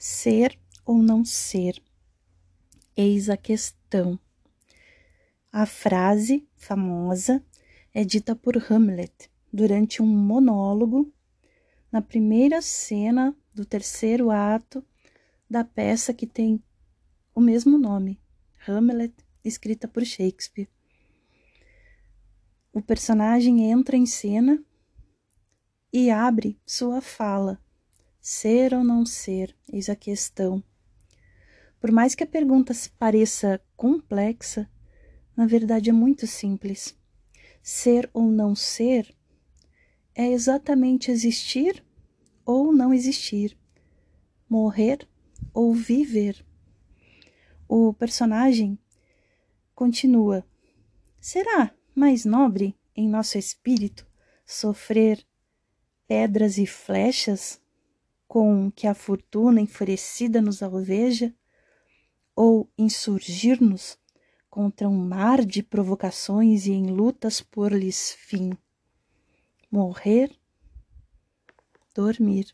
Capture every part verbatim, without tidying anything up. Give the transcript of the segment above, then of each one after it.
Ser ou não ser? Eis a questão. A frase famosa é dita por Hamlet durante um monólogo na primeira cena do terceiro ato da peça que tem o mesmo nome, Hamlet, escrita por Shakespeare. O personagem entra em cena e abre sua fala. Ser ou não ser? Eis a questão. Por mais que a pergunta pareça complexa, na verdade é muito simples. Ser ou não ser é exatamente existir ou não existir, morrer ou viver. O personagem continua: será mais nobre em nosso espírito sofrer pedras e flechas com que a fortuna enfurecida nos alveja, ou insurgir-nos contra um mar de provocações e em lutas por-lhes fim? Morrer, dormir.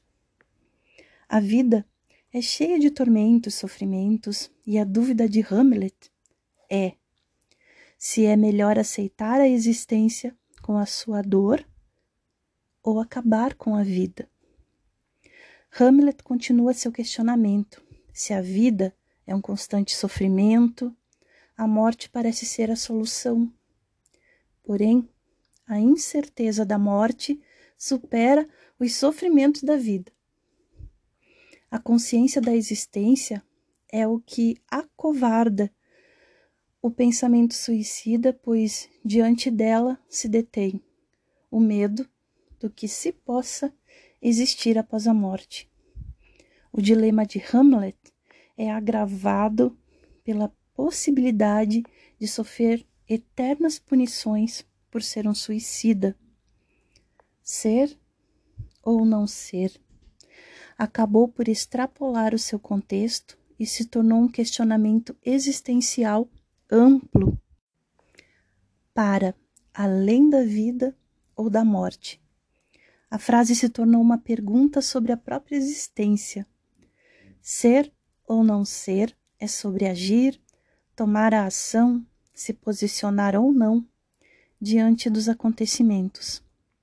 A vida é cheia de tormentos, sofrimentos, e a dúvida de Hamlet é se é melhor aceitar a existência com a sua dor ou acabar com a vida. Hamlet continua seu questionamento. Se a vida é um constante sofrimento, a morte parece ser a solução. Porém, a incerteza da morte supera os sofrimentos da vida. A consciência da existência é o que acovarda o pensamento suicida, pois diante dela se detém o medo do que se possa existir após a morte. O dilema de Hamlet é agravado pela possibilidade de sofrer eternas punições por ser um suicida. Ser ou não ser? Acabou por extrapolar o seu contexto e se tornou um questionamento existencial amplo para além da vida ou da morte. A frase se tornou uma pergunta sobre a própria existência. Ser ou não ser é sobre agir, tomar a ação, se posicionar ou não diante dos acontecimentos.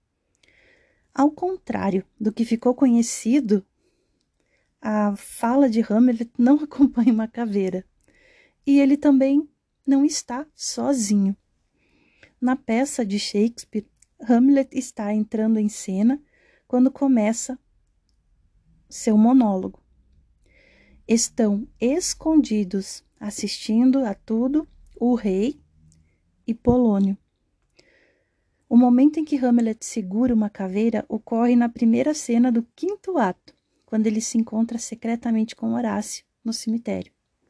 Ao contrário do que ficou conhecido, a fala de Hamlet não acompanha uma caveira. E ele também não está sozinho. Na peça de Shakespeare, Hamlet está entrando em cena quando começa seu monólogo. Estão escondidos, assistindo a tudo, o rei e Polônio. O momento em que Hamlet segura uma caveira ocorre na primeira cena do quinto ato, quando ele se encontra secretamente com Horácio no cemitério.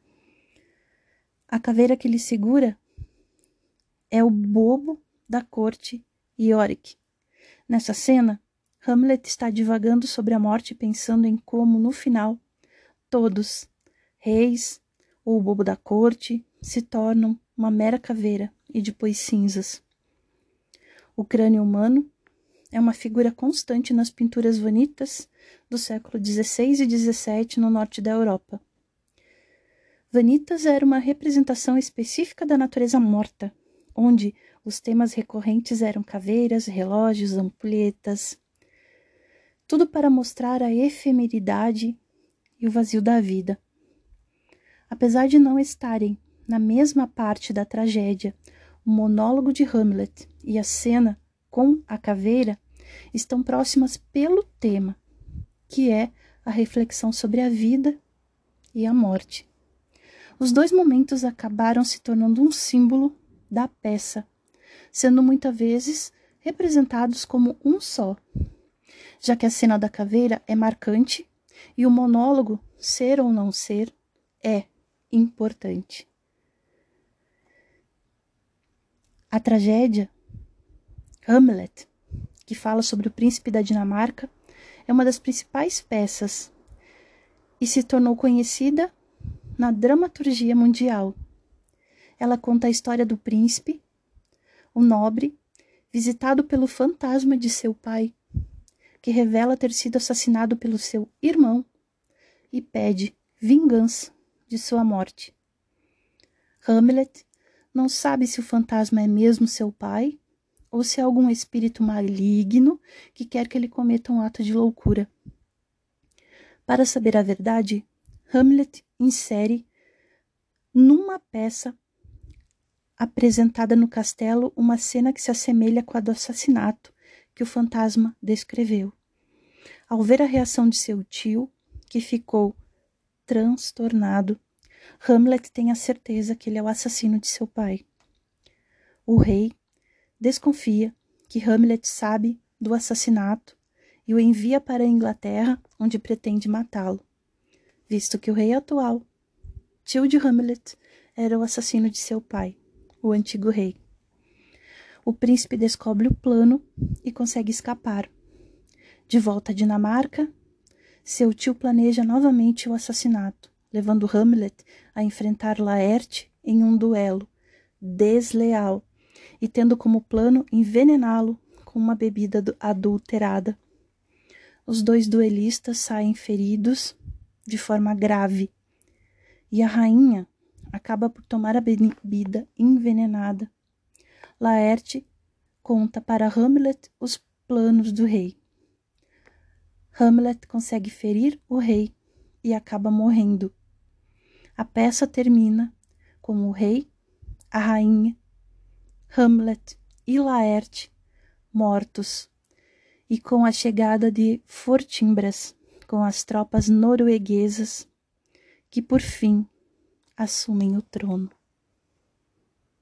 A caveira que ele segura é o bobo da corte Yorick. Nessa cena, Hamlet está divagando sobre a morte, pensando em como, no final, todos, reis ou o bobo da corte, se tornam uma mera caveira e depois cinzas. O crânio humano é uma figura constante nas pinturas vanitas do século dezesseis e dezessete no norte da Europa. Vanitas era uma representação específica da natureza morta, onde os temas recorrentes eram caveiras, relógios, ampulhetas, tudo para mostrar a efemeridade e o vazio da vida. Apesar de não estarem na mesma parte da tragédia, o monólogo de Hamlet e a cena com a caveira estão próximas pelo tema, que é a reflexão sobre a vida e a morte. Os dois momentos acabaram se tornando um símbolo da peça, sendo muitas vezes representados como um só, já que a cena da caveira é marcante e o monólogo, ser ou não ser, é importante. A tragédia Hamlet, que fala sobre o príncipe da Dinamarca, é uma das principais peças e se tornou conhecida na dramaturgia mundial. Ela conta a história do príncipe, o nobre, visitado pelo fantasma de seu pai, que revela ter sido assassinado pelo seu irmão e pede vingança de sua morte. Hamlet não sabe se o fantasma é mesmo seu pai ou se é algum espírito maligno que quer que ele cometa um ato de loucura. Para saber a verdade, Hamlet insere numa peça apresentada no castelo uma cena que se assemelha com a do assassinato que o fantasma descreveu. Ao ver a reação de seu tio, que ficou transtornado, Hamlet tem a certeza que ele é o assassino de seu pai. O rei desconfia que Hamlet sabe do assassinato e o envia para a Inglaterra, onde pretende matá-lo, visto que o rei atual, tio de Hamlet, era o assassino de seu pai, o antigo rei. O príncipe descobre o plano e consegue escapar. De volta à Dinamarca, seu tio planeja novamente o assassinato, levando Hamlet a enfrentar Laerte em um duelo desleal e tendo como plano envenená-lo com uma bebida adulterada. Os dois duelistas saem feridos de forma grave e a rainha acaba por tomar a bebida envenenada. Laerte conta para Hamlet os planos do rei. Hamlet consegue ferir o rei e acaba morrendo. A peça termina com o rei, a rainha, Hamlet e Laerte mortos e com a chegada de Fortinbras com as tropas norueguesas que por fim assumem o trono.